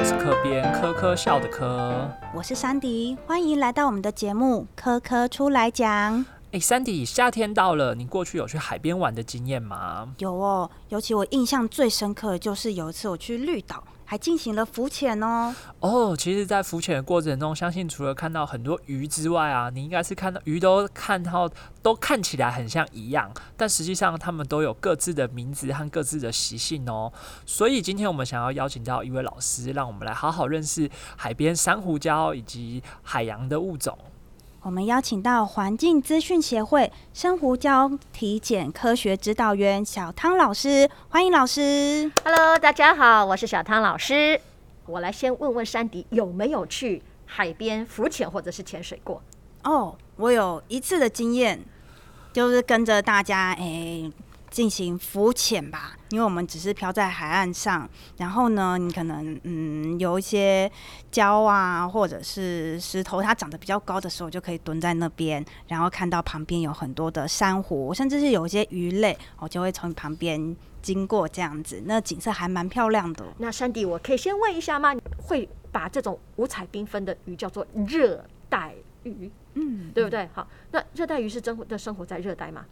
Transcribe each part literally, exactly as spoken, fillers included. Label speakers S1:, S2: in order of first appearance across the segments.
S1: 是科编，科科笑的科。
S2: 我是珊迪，欢迎来到我们的节目科科出来讲。
S1: 哎，珊迪，夏天到了，你过去有去海边玩的经验吗？
S2: 有哦，尤其我印象最深刻的就是有一次我去绿岛，还进行了浮潜哦。
S1: 哦，其实，在浮潜的过程中，相信除了看到很多鱼之外啊，你应该是看到鱼都看到都看起来很像一样，但实际上它们都有各自的名字和各自的习性哦。所以今天我们想要邀请到一位老师，让我们来好好认识海边珊瑚礁以及海洋的物种。
S2: 我们邀请到环境资讯协会珊瑚礁体检科学指导员小汤老师，欢迎老师。
S3: Hello， 大家好，我是小汤老师。我来先问问珊迪有没有去海边浮潜或者是潜水过？
S2: 哦，我有一次的经验，就是跟着大家诶进行浮潜吧，因为我们只是漂在海岸上，然后呢，你可能嗯有一些礁啊，或者是石头，它长得比较高的时候，就可以蹲在那边，然后看到旁边有很多的珊瑚，甚至是有一些鱼类，我就会从旁边经过这样子，那景色还蛮漂亮的。
S3: 那珊迪，我可以先问一下吗？会把这种五彩缤纷的鱼叫做热带鱼，嗯，对不对？好，那热带鱼是真的生活在热带吗？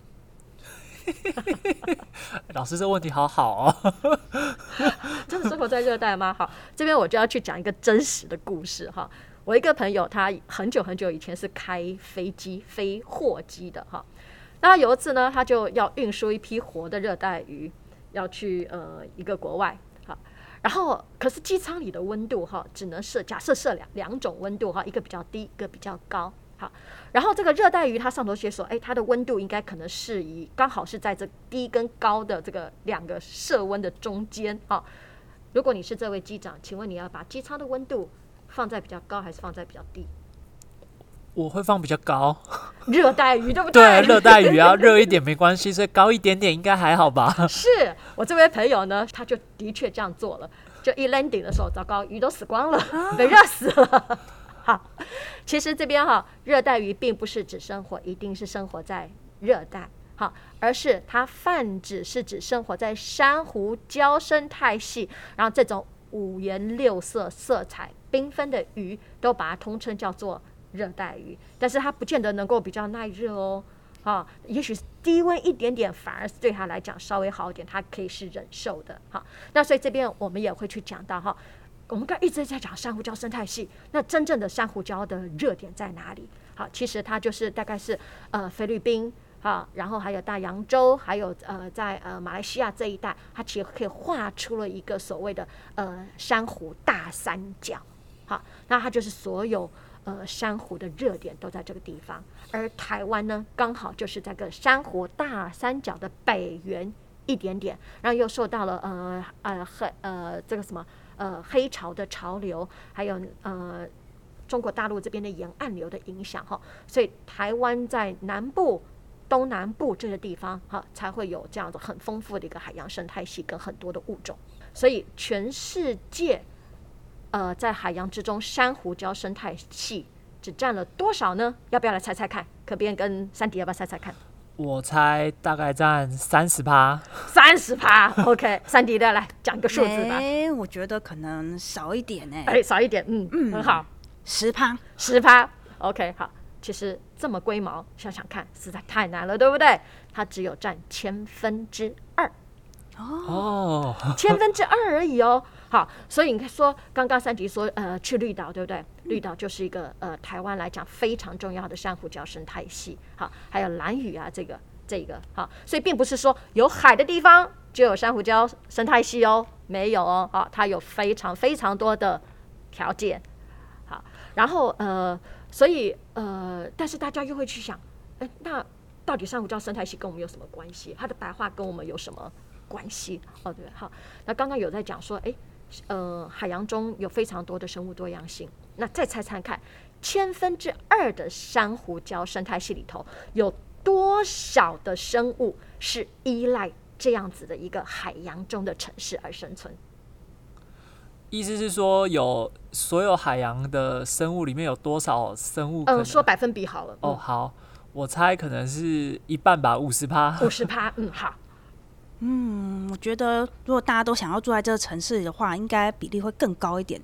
S1: 老师，这问题好好哦。
S3: 真的生活在热带吗？好，这边我就要去讲一个真实的故事哈。我一个朋友，他很久很久以前是开飞机飞货机的哈。那有一次呢，他就要运输一批活的热带鱼，要去呃一个国外哈。然后可是机舱里的温度哈，只能设假设设两两种温度哈，一个比较低，一个比较高。好，然后这个热带鱼它上头写说，哎，它的温度应该可能适宜，刚好是在这低跟高的这个两个设温的中间啊。如果你是这位机长，请问你要把机舱的温度放在比较高还是放在比较低？
S1: 我会放比较高。
S3: 热带鱼对不对？
S1: 对，热带鱼啊，热一点没关系，所以高一点点应该还好吧？
S3: 是我这位朋友呢，他就的确这样做了，就一 landing 的时候，糟糕，鱼都死光了，被热死了。好，其实这边哈，热带鱼并不是指生活一定是生活在热带，好，而是它泛指是指生活在珊瑚礁生态系，然后这种五颜六色、色彩缤纷的鱼，都把它通称叫做热带鱼。但是它不见得能够比较耐热哦，啊，也许低温一点点，反而对它来讲稍微好一点，它可以是忍受的。好，那所以这边我们也会去讲到哈。我们刚一直在讲珊瑚礁生态系，那真正的珊瑚礁的热点在哪里？好，其实它就是大概是呃菲律宾啊，然后还有大洋洲，还有呃在呃马来西亚这一带，它其实可以画出了一个所谓的呃珊瑚大三角。好，那它就是所有呃珊瑚的热点都在这个地方，而台湾呢，刚好就是在个珊瑚大三角的北缘一点点，然后又受到了呃呃黑呃这个什么。呃，黑潮的潮流，还有呃中国大陆这边的沿岸流的影响哈，所以台湾在南部、东南部这些地方哈，才会有这样子很丰富的一个海洋生态系跟很多的物种。所以全世界呃在海洋之中，珊瑚礁生态系只占了多少呢？要不要来猜猜看？可别跟珊迪要不要猜猜看？
S1: 我猜大概占三十趴，
S3: 三十趴。OK， 珊迪的来讲个数字吧。
S2: 哎、欸，我觉得可能少一点哎、
S3: 欸，哎、欸，少一点，嗯嗯，很好，
S2: 十趴，
S3: 十趴。OK， 好，其实这么龟毛，想想看，实在太难了，对不对？它只有占千分之二。
S1: 哦，
S3: 千分之二而已哦。好，所以你说刚刚珊迪说，呃，去绿岛对不对？绿岛就是一个呃台湾来讲非常重要的珊瑚礁生态系。好，还有兰屿啊，这个这个好，所以并不是说有海的地方就有珊瑚礁生态系哦，没有哦。好，它有非常非常多的条件。好，然后呃，所以呃，但是大家又会去想，哎，那到底珊瑚礁生态系跟我们有什么关系？它的白化跟我们有什么关系？哦，对，好，那刚刚有在讲说，哎。呃，海洋中有非常多的生物多样性。那再猜猜看，千分之二的珊瑚礁生态系里头，有多少的生物是依赖这样子的一个海洋中的城市而生存？
S1: 意思是说，有所有海洋的生物里面有多少生物可能？
S3: 嗯，说百分比好了。
S1: 哦，好，我猜可能是一半吧，五十趴。
S3: 五十趴，嗯，好。
S2: 嗯，我觉得如果大家都想要住在这个城市的话，应该比例会更高一点。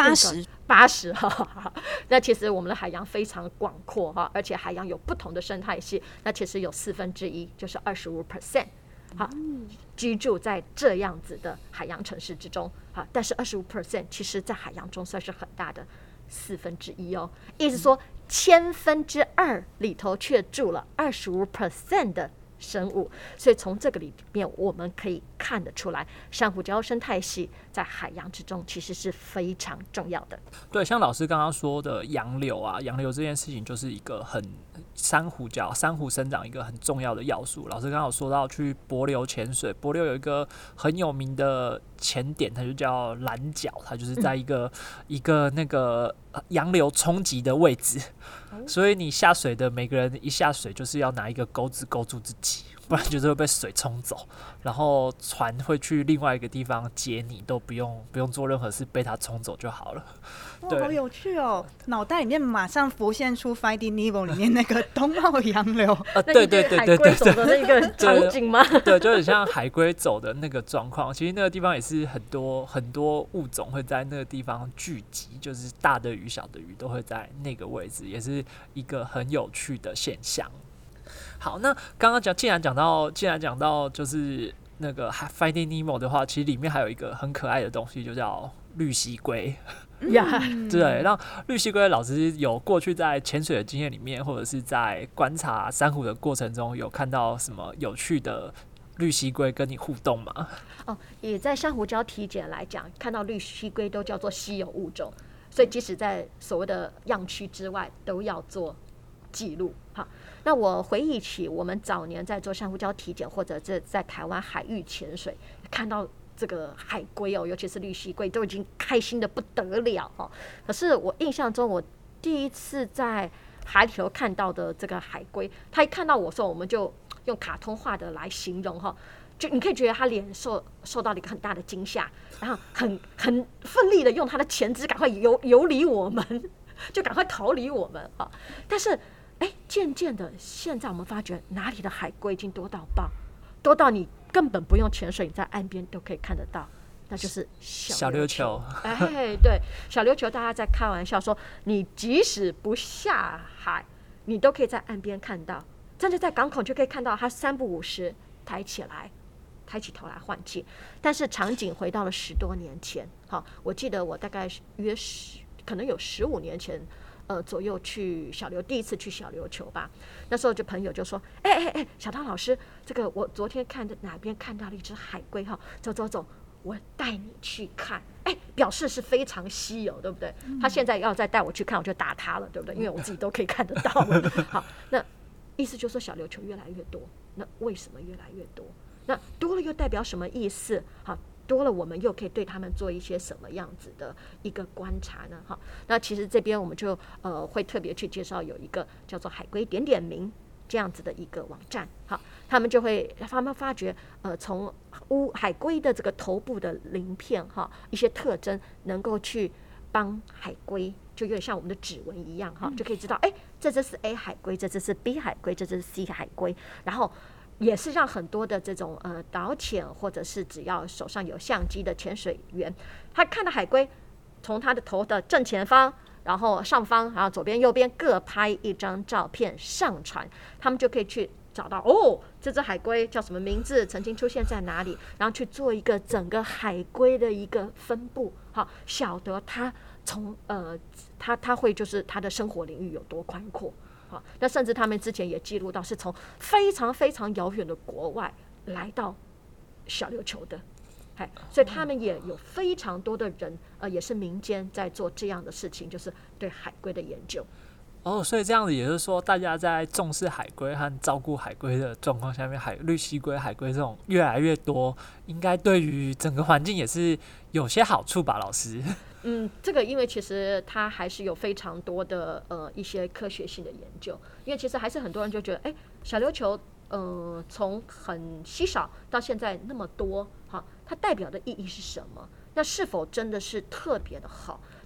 S2: 八十
S3: 八十哈。那其实我们的海洋非常广阔哈，而且海洋有不同的生态系，那其实有四分之一就是二十五 percent。好，居住在这样子的海洋城市之中，好，但是二十五 percent 其实在海洋中算是很大的四分之一哦，意思说千分之二里头却住了二十五 percent 的生物，所以从这个里面我们可以看得出来，珊瑚礁生态系在海洋之中其实是非常重要的。
S1: 对，像老师刚刚说的洋流啊，洋流这件事情就是一个很珊瑚礁、珊瑚生长一个很重要的要素。老师刚刚有说到去帛琉潜水，帛琉有一个很有名的潜点，它就叫蓝角，它就是在一个、嗯、一个那个洋流冲击的位置。所以你下水的每个人一下水就是要拿一个钩子勾住自己，不然就是会被水冲走，然后船会去另外一个地方接你，都不用不用做任何事，被它冲走就好了。
S2: 哇，好有趣哦！脑袋里面马上浮现出《Finding Nemo》里面那个东澳洋流，
S1: 呃，对对对对对
S3: 对，走的那个场景吗？
S1: 对，就很像海龟走的那个状况。其实那个地方也是很多很多物种会在那个地方聚集，就是大的鱼、小的鱼都会在那个位置，也是一个很有趣的现象。好，那刚刚讲，既然讲到，既然讲到就是那个 Finding Nemo 的话，其实里面还有一个很可爱的东西，就叫绿蜥龟。
S3: 嗯、
S1: 对，让绿蜥龟老师有过去在潜水的经验里面，或者是在观察珊瑚的过程中，有看到什么有趣的绿蜥龟跟你互动吗？
S3: 哦，也在珊瑚礁体检来讲，看到绿蜥龟都叫做稀有物种，所以即使在所谓的样区之外，都要做记录。好，那我回忆起我们早年在做珊瑚礁体检，或者在在台湾海域潜水，看到这个海龟哦，尤其是绿蜥龟，都已经开心的不得了哦。可是我印象中，我第一次在海里头看到的这个海龟，它一看到我的时候，我们就用卡通化的来形容哈，就你可以觉得它脸受受到了一个很大的惊吓，然后很很奋力的用它的前肢赶快游游离我们，就赶快逃离我们啊。但是哎，渐渐的，现在我们发觉哪里的海龟已经多到爆，多到你根本不用潜水，你在岸边都可以看得到，那就是小琉球。哎，对，小琉球大家在开玩笑说，你即使不下海，你都可以在岸边看到，真的在港口就可以看到它三不五时抬起来，抬起头来换气。但是场景回到了十多年前，好，我记得我大概约十，可能有十五年前。呃，左右去小琉，第一次去小琉球吧。那时候就朋友就说：“哎哎哎，小汤老师，这个我昨天看的哪边看到了一只海龟哈，走走走，我带你去看。”哎，表示是非常稀有，对不对？他现在要再带我去看，我就打他了，对不对？因为我自己都可以看得到了。好，那意思就是说小琉球越来越多，那为什么越来越多？那多了又代表什么意思？好。多了，我们又可以对他们做一些什么样子的一个观察呢？哈，那其实这边我们就呃会特别去介绍有一个叫做海龟点点名这样子的一个网站，好，他们就会他们发觉呃从乌海龟的这个头部的鳞片哈一些特征，能够去帮海龟，就有点像我们的指纹一样哈，就可以知道哎，这只是 A 海龟，这只是 B 海龟，这只是 C 海龟，然后。也是让很多的这种呃导潜或者是只要手上有相机的潜水员，他看到海龟从他的头的正前方，然后上方，然后左边右边各拍一张照片上传，他们就可以去找到哦，这只海龟叫什么名字，曾经出现在哪里，然后去做一个整个海龟的一个分布，好，晓得它从呃它它会就是它的生活领域有多宽阔。那甚至他们之前也记录到，是从非常非常遥远的国外来到小琉球的，所以他们也有非常多的人，呃，也是民间在做这样的事情，就是对海龟的研究。
S1: 哦，所以这样子也就是说，大家在重视海龟和照顾海龟的状况下面，海绿蜥龟、海龟这种越来越多，应该对于整个环境也是有些好处吧，老师？
S3: 嗯，这个因为其实它还是有非常多的呃一些科学性的研究，因为其实还是很多人就觉得，哎，小琉球呃从很稀少到现在那么多，哈，它代表的意义是什么？那是否真的是特别的好？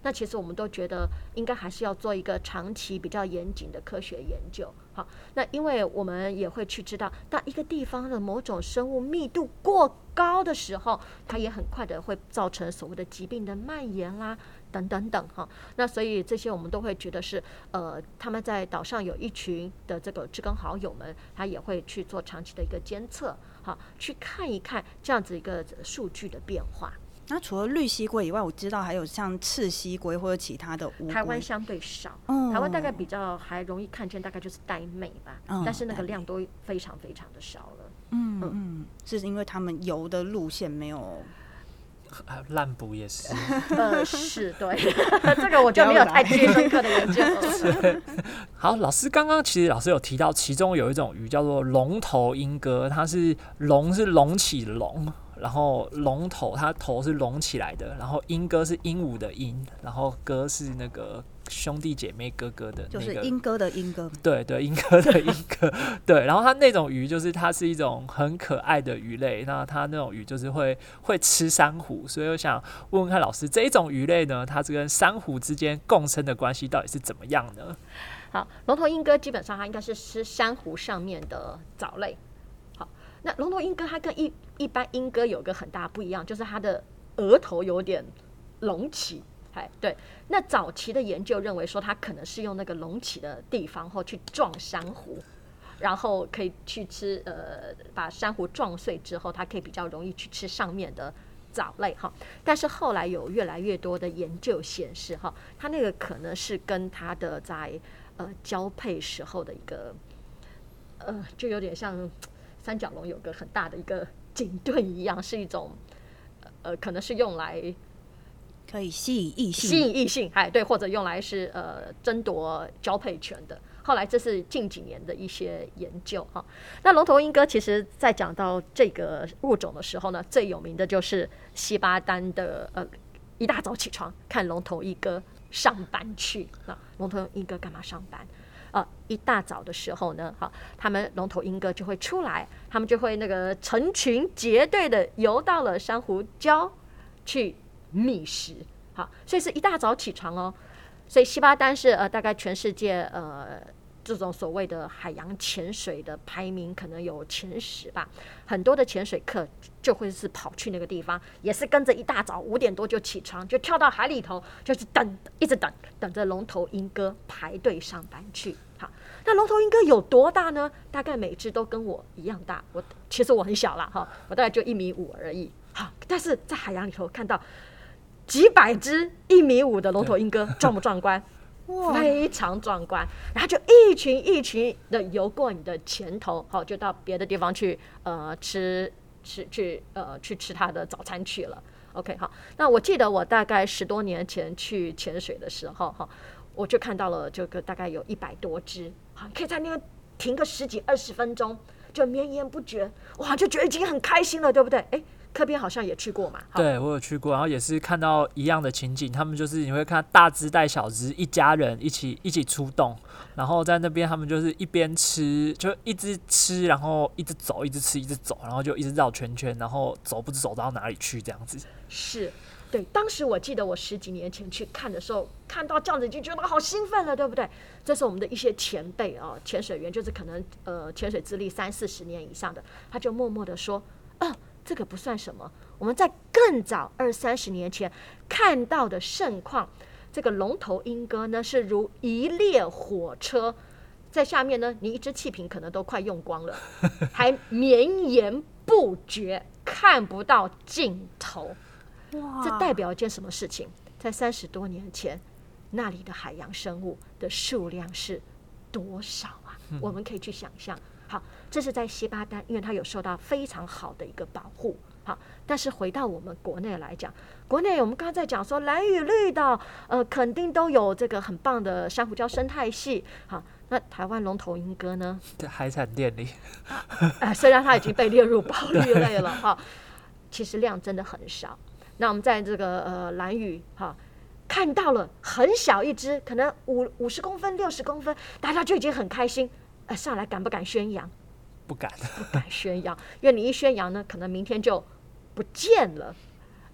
S3: 那其实我们都觉得应该还是要做一个长期比较严谨的科学研究。好，那因为我们也会去知道，当一个地方的某种生物密度过高的时候，它也很快的会造成所谓的疾病的蔓延啦，等等等哈。那所以这些我们都会觉得是呃，他们在岛上有一群的这个知更好友们，他也会去做长期的一个监测，好，去看一看这样子一个数据的变化。
S2: 那除了绿蜥龟以外，我知道还有像赤蜥龟或者其他的乌龟。
S3: 台湾相对少，
S2: 哦、
S3: 台湾大概比较还容易看见，大概就是呆妹吧，
S2: 嗯、
S3: 但是那个量都非常非常的少了。
S2: 嗯嗯，是因为他们游的路线没有。
S1: 滥捕也是，
S3: 呃，是对，这个我就没有太去深刻的研究了。
S1: 好，老师刚刚其实老师有提到，其中有一种鱼叫做龙头鹰哥，它是龙是隆起的龙，然后龙头它头是隆起来的，然后鹰哥是鹦鹉的鹰，然后哥是那个兄弟姐妹哥哥的、那个，
S2: 就是鹰哥的鹰哥，
S1: 对对，鹰哥的鹰哥，对。然后它那种鱼就是它是一种很可爱的鱼类，那它那种鱼就是会会吃珊瑚，所以我想问问看老师，这一种鱼类呢，它跟珊瑚之间共生的关系到底是怎么样呢？
S3: 好，龙头鹰哥基本上它应该是吃珊瑚上面的藻类。好，那龙头鹰哥它跟一一般鹰哥有个很大不一样，就是它的额头有点隆起。哎，对，那早期的研究认为说，它可能是用那个隆起的地方后去撞珊瑚，然后可以去吃，呃，把珊瑚撞碎之后，它可以比较容易去吃上面的藻类哈。但是后来有越来越多的研究显示哈，它那个可能是跟它的在呃交配时候的一个，呃，就有点像三角龙有个很大的一个颈盾一样，是一种，呃，可能是用来。
S2: 可以吸引异性，
S3: 吸引异性，哎，对，或者用来是呃争夺交配权的。后来这是近几年的一些研究哈。那龙头鹰哥其实在讲到这个物种的时候呢，最有名的就是西巴丹的呃一大早起床看龙头鹰哥上班去。那龙头鹰哥干嘛上班？呃，一大早的时候呢，哈，他们龙头鹰哥就会出来，他们就会那个成群结队的游到了珊瑚礁去。觅食，好，所以是一大早起床哦。所以西巴丹是呃大概全世界呃这种所谓的海洋潜水的排名可能有前十吧。很多的潜水客就会是跑去那个地方，也是跟着一大早五点多就起床，就跳到海里头，就是等一直等等着龙头鹰哥排队上班去。好，那龙头鹰哥有多大呢？大概每只都跟我一样大。我其实我很小啦，哈，我大概就一米五而已。好，但是在海洋里头看到。几百只一米五的龙头鹰哥，壮不壮观？非常壮观。然后就一群一群的游过你的前头，好，就到别的地方去，呃，吃吃去呃去吃它的早餐去了。OK， 好。那我记得我大概十多年前去潜水的时候，哈，我就看到了这个大概有一百多只，好，可以在那边停个十几二十分钟，就绵延不绝，哇，就觉得已经很开心了，对不对？哎。科边好像也去过嘛？
S1: 对，我有去过，然后也是看到一样的情景。他们就是你会看大只带小只，一家人一起一起出动，然后在那边他们就是一边吃，就一直吃，然后一直走，一直吃，一直走，然后就一直绕圈圈，然后走不知走到哪里去这样子。
S3: 是，对。当时我记得我十几年前去看的时候，看到这样子就觉得好兴奋了，对不对？这是我们的一些前辈啊，潜水员，就是可能呃潜水资历三四十年以上的，他就默默的说，啊。这个不算什么，我们在更早二三十年前看到的盛况，这个龙头鹰哥呢是如一列火车，在下面呢，你一支气瓶可能都快用光了，还绵延不绝，看不到尽头。哇！这代表一件什么事情？在三十多年前，那里的海洋生物的数量是多少啊？嗯、我们可以去想象。好，这是在西巴丹，因为它有受到非常好的一个保护。好，但是回到我们国内来讲，国内我们刚才在讲说兰屿绿岛，呃，肯定都有这个很棒的珊瑚礁生态系。好，那台湾龙头鹰哥呢？
S1: 在海产店里，
S3: 啊，虽然它已经被列入保育类了哈，其实量真的很少。那我们在这个呃兰屿哈。看到了很小一只，可能五五十公分、六十公分，大家就已经很开心。呃，上来敢不敢宣扬？
S1: 不敢，
S3: 不敢宣扬，因为你一宣扬呢，可能明天就不见了。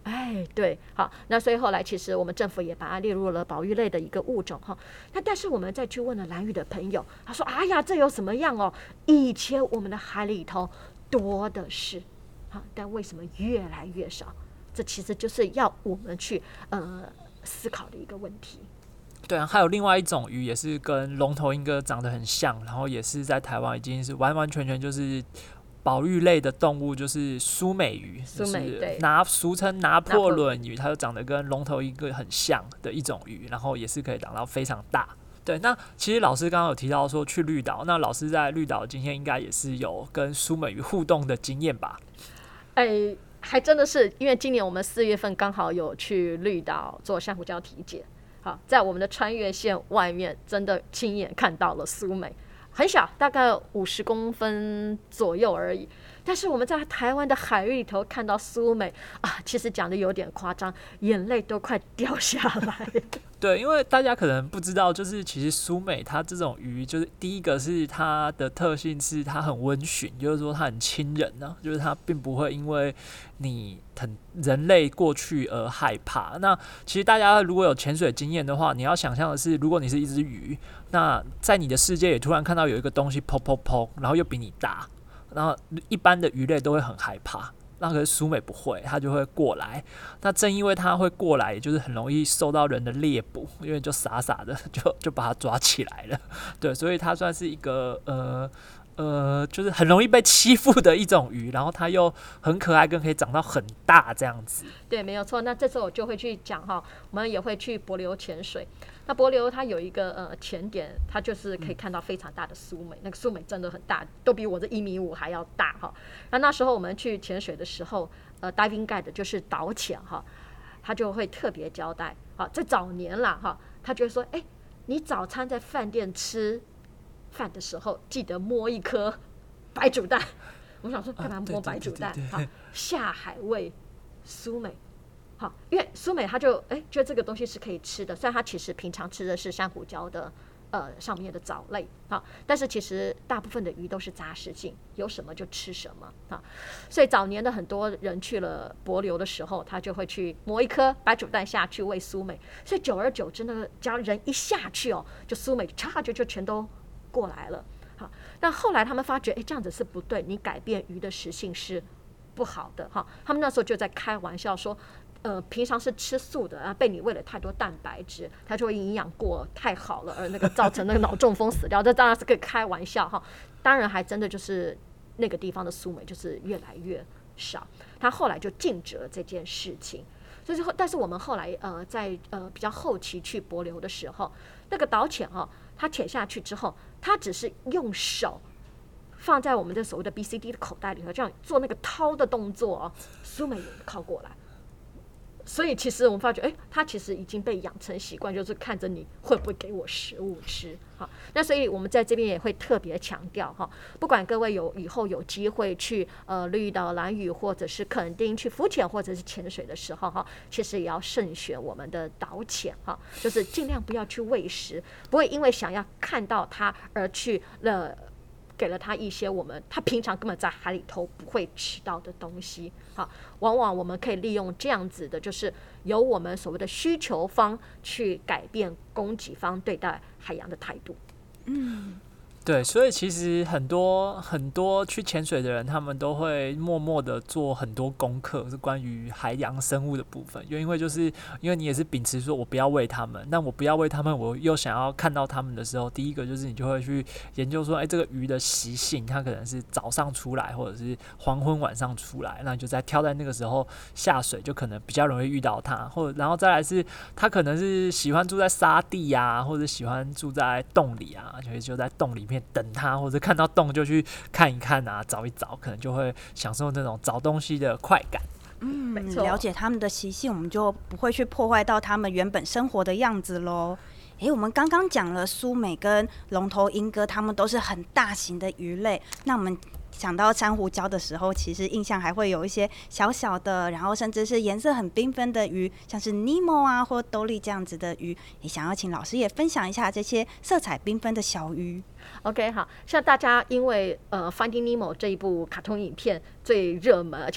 S3: 哎，对，好，那所以后来其实我们政府也把它列入了保育类的一个物种哈。那但是我们再去问了兰屿的朋友，他说：“哎呀，这有什么样哦？以前我们的海里头多的是，好，但为什么越来越少？这其实就是要我们去呃思考的一个问题。”
S1: 对啊，还有另外一种鱼也是跟龙头鹰哥长得很像，然后也是在台湾已经是完完全全就是保育类的动物，就是苏美鱼，
S3: 苏美
S1: 就是拿俗称拿破仑鱼，它就长得跟龙头鹰哥很像的一种鱼，然后也是可以长到非常大。对，那其实老师刚刚有提到说去绿岛，那老师在绿岛的经验应该也是有跟苏美鱼互动的经验吧？
S3: 哎，还真的是，因为今年我们四月份刚好有去绿岛做珊瑚礁体检。好，在我们的穿越线外面，真的亲眼看到了苏美，很小，大概五十公分左右而已。但是我们在台湾的海域里头看到苏美啊，其实讲的有点夸张，眼泪都快掉下来。
S1: 对，因为大家可能不知道，就是其实苏美它这种鱼，就是第一个是它的特性是它很温驯，就是说它很亲人呢、啊，就是它并不会因为你很人类过去而害怕。那其实大家如果有潜水经验的话，你要想象的是，如果你是一只鱼，那在你的世界里突然看到有一个东西砰砰砰，然后又比你大，然后一般的鱼类都会很害怕。那可是苏美不会，它就会过来。那正因为它会过来，也就是很容易受到人的猎捕，因为就傻傻的就就把它抓起来了。对，所以它算是一个呃呃，就是很容易被欺负的一种鱼，然后它又很可爱，跟可以长到很大这样子。
S3: 对，没有错。那这时候我就会去讲哈，我们也会去帛琉潜水。那帛琉它有一个呃潜点，它就是可以看到非常大的苏美，那个苏美真的很大，都比我这一米五还要大哈。那那时候我们去潜水的时候，呃 ，diving guide 就是导潜哈，他就会特别交代，好，在早年啦哈，他就会说，哎、欸，你早餐在饭店吃饭的时候，记得摸一颗白煮蛋。我想说，干嘛摸白煮蛋？好，下海喂苏美。好，因为苏美他就哎、欸、觉得这个东西是可以吃的，虽然他其实平常吃的是珊瑚礁的呃上面的藻类啊，但是其实大部分的鱼都是杂食性，有什么就吃什么啊。所以早年的很多人去了帛琉的时候，他就会去磨一颗白煮蛋下去喂苏美，所以久而久之呢，只要人一下去哦，就苏美嚓就就全都过来了。好，但后来他们发觉，哎、欸，这样子是不对，你改变鱼的食性是不好的哈。他们那时候就在开玩笑说。呃，平常是吃素的啊，被你喂了太多蛋白质，它就会营养过太好了，而那个造成那个脑中风死掉。这当然是个开玩笑哈，当然还真的就是那个地方的苏美就是越来越少，他后来就禁止了这件事情。所以，但是我们后来呃在呃比较后期去帛琉的时候，那个导潜哈，他潜下去之后，他只是用手放在我们的所谓的 B C D 的口袋里头，这样做那个掏的动作哦，苏美也靠过来。所以其实我们发觉，哎，他其实已经被养成习惯，就是看着你会不会给我食物吃。好，那所以我们在这边也会特别强调哈，不管各位有以后有机会去呃绿岛、兰屿或者是垦丁去浮潜或者是潜水的时候哈，其实也要慎选我们的导潜哈，就是尽量不要去喂食，不会因为想要看到它而去了。给了他一些我们他平常根本在海里头不会吃到的东西，好，往往我们可以利用这样子的，就是由我们所谓的需求方去改变供给方对待海洋的态度。嗯。
S1: 对，所以其实很多很多去潜水的人，他们都会默默的做很多功课，是关于海洋生物的部分。因为就是因为你也是秉持说我不要喂他们，那我不要喂他们，我又想要看到他们的时候，第一个就是你就会去研究说，哎，这个鱼的习性，它可能是早上出来，或者是黄昏晚上出来，那你就在挑在那个时候下水，就可能比较容易遇到它。或者然后再来是，它可能是喜欢住在沙地啊，或者喜欢住在洞里啊，就就在洞里面。等它，或者看到洞就去看一看啊，找一找，可能就会享受那种找东西的快感。
S2: 嗯，了解他们的习性，我们就不会去破坏到他们原本生活的样子咯。诶，我们刚刚讲了苏美跟龙头鹰哥，他们都是很大型的鱼类。那我们想到珊瑚礁的时候，其实印象还会有一些小小的，然后甚至是颜色很缤纷的鱼，像是尼莫啊或兜利这样子的鱼。也想要请老师也分享一下这些色彩缤纷的小鱼。
S3: OK， 好，像大家因为呃《Finding Nemo》这一部卡通影片最热门，而且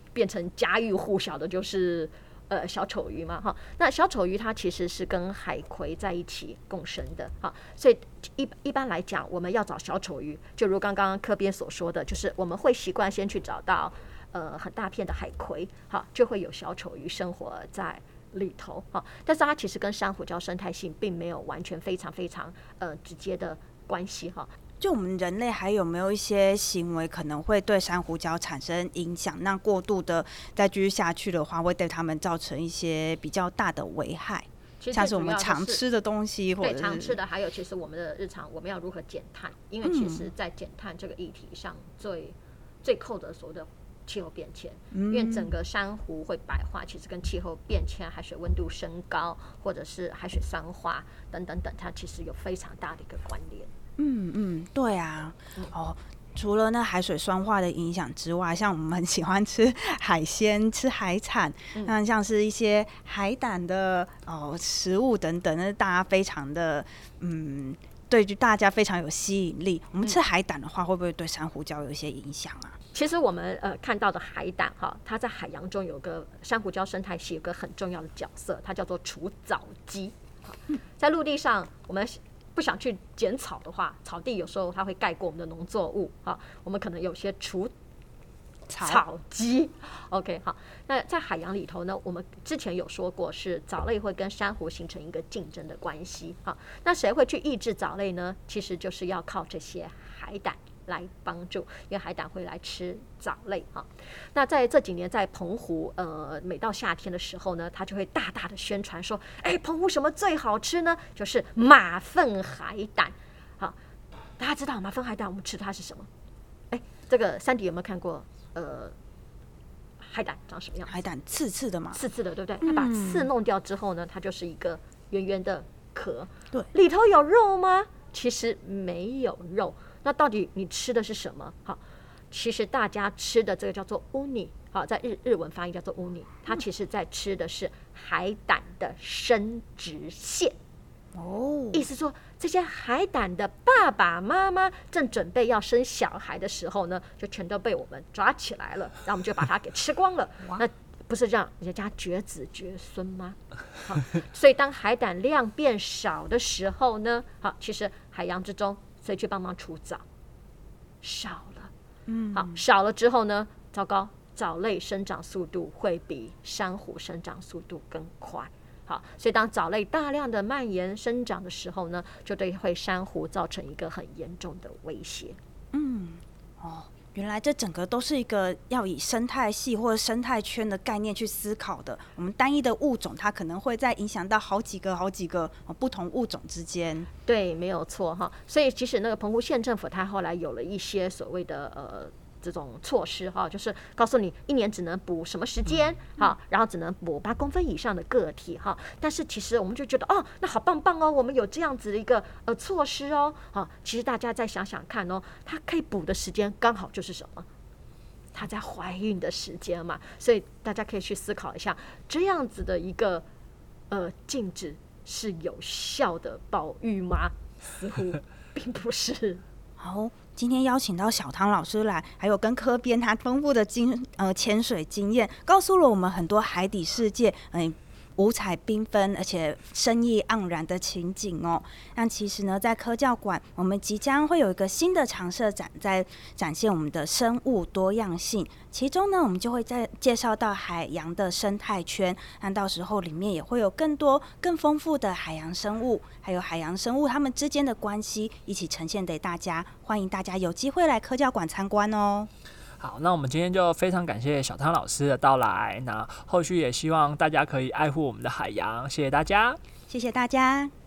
S3: 变成家喻户晓的就是呃小丑鱼嘛哈。那小丑鱼它其实是跟海葵在一起共生的哈，所以一一般来讲，我们要找小丑鱼，就如刚刚科编所说的，就是我们会习惯先去找到呃很大片的海葵，哈，就会有小丑鱼生活在里头哈。但是它其实跟珊瑚礁生态系并没有完全非常非常呃直接的关系哈。
S2: 就我们人类还有没有一些行为可能会对珊瑚礁产生影响？那过度的再继续下去的话，会对它们造成一些比较大的危害，像是我们常吃的东西，或者
S3: 对常吃的，还有其实我们的日常我们要如何减碳？因为其实在减碳这个议题上最，最最扣的所谓的气候变迁，因为整个珊瑚会白化，其实跟气候变迁、海水温度升高，或者是海水酸化等等等，它其实有非常大的一个关联。
S2: 嗯嗯，对啊，哦，除了那海水酸化的影响之外，像我们很喜欢吃海鲜、吃海产，
S3: 嗯、
S2: 那像是一些海胆的哦食物等等，那大家非常的嗯，对于大家非常有吸引力。我们吃海胆的话，会不会对珊瑚礁有一些影响啊？
S3: 其实我们呃看到的海胆哈，它在海洋中有个珊瑚礁生态系有个很重要的角色，它叫做除藻基。在陆地上，我们不想去剪草的话，草地有时候它会盖过我们的农作物啊，我们可能有些除草基。OK， 好，那在海洋里头呢，我们之前有说过，是藻类会跟珊瑚形成一个竞争的关系。好，那谁会去抑制藻类呢？其实就是要靠这些海胆来帮助，因为海胆会来吃藻类哈。那在这几年，在澎湖，呃，每到夏天的时候呢，他就会大大的宣传说，哎，澎湖什么最好吃呢？就是马粪海胆。好，大家知道马粪海胆我们吃的它是什么？哎，这个珊迪有没有看过？呃，海胆长什么样？
S2: 海胆刺刺的嘛，
S3: 刺刺的，对不对？它把刺弄掉之后呢，它就是一个圆圆的壳。
S2: 对，
S3: 里头有肉吗？其实没有肉。那到底你吃的是什么？好，其实大家吃的这个叫做乌尼，好，在日日文发音叫做乌尼，它其实在吃的是海胆的生殖腺。
S2: 哦，
S3: 意思说这些海胆的爸爸妈妈正准备要生小孩的时候呢，就全都被我们抓起来了，然后我们就把它给吃光了。那不是让人家绝子绝孙吗？好，所以当海胆量变少的时候呢，好，其实海洋之中谁去帮忙除藻？少了，嗯，好，少了之后呢，糟糕，藻类生长速度会比珊瑚生长速度更快。好，所以当藻类大量的蔓延生长的时候呢，就对会珊瑚造成一个很严重的威胁。
S2: 嗯，哦，原来这整个都是一个要以生态系或者生态圈的概念去思考的。我们单一的物种，它可能会再影响到好几个、好几个不同物种之间。
S3: 对，没有错哈。所以其实那个澎湖县政府，它后来有了一些所谓的呃。这种措施哈，就是告诉你一年只能捕什么时间哈，然后只能捕八公分以上的个体哈。但是其实我们就觉得哦，那好棒棒哦，我们有这样子的一个呃措施哦。好，其实大家再想想看哦，它可以捕的时间刚好就是什么？它在怀孕的时间嘛。所以大家可以去思考一下，这样子的一个呃禁止是有效的保育吗？似乎并不是。
S2: 好，今天邀请到小汤老师来，还有跟科编他丰富的经呃潜水经验，告诉了我们很多海底世界，嗯、呃。五彩缤纷而且生意盎然的情景哦。那其实呢，在科教馆，我们即将会有一个新的常设展，在展现我们的生物多样性。其中呢，我们就会再介绍到海洋的生态圈，那到时候里面也会有更多更丰富的海洋生物，还有海洋生物它们之间的关系，一起呈现给大家。欢迎大家有机会来科教馆参观哦。
S1: 好，那我们今天就非常感谢小汤老师的到来，那后续也希望大家可以爱护我们的海洋，谢谢大家，
S2: 谢谢大家。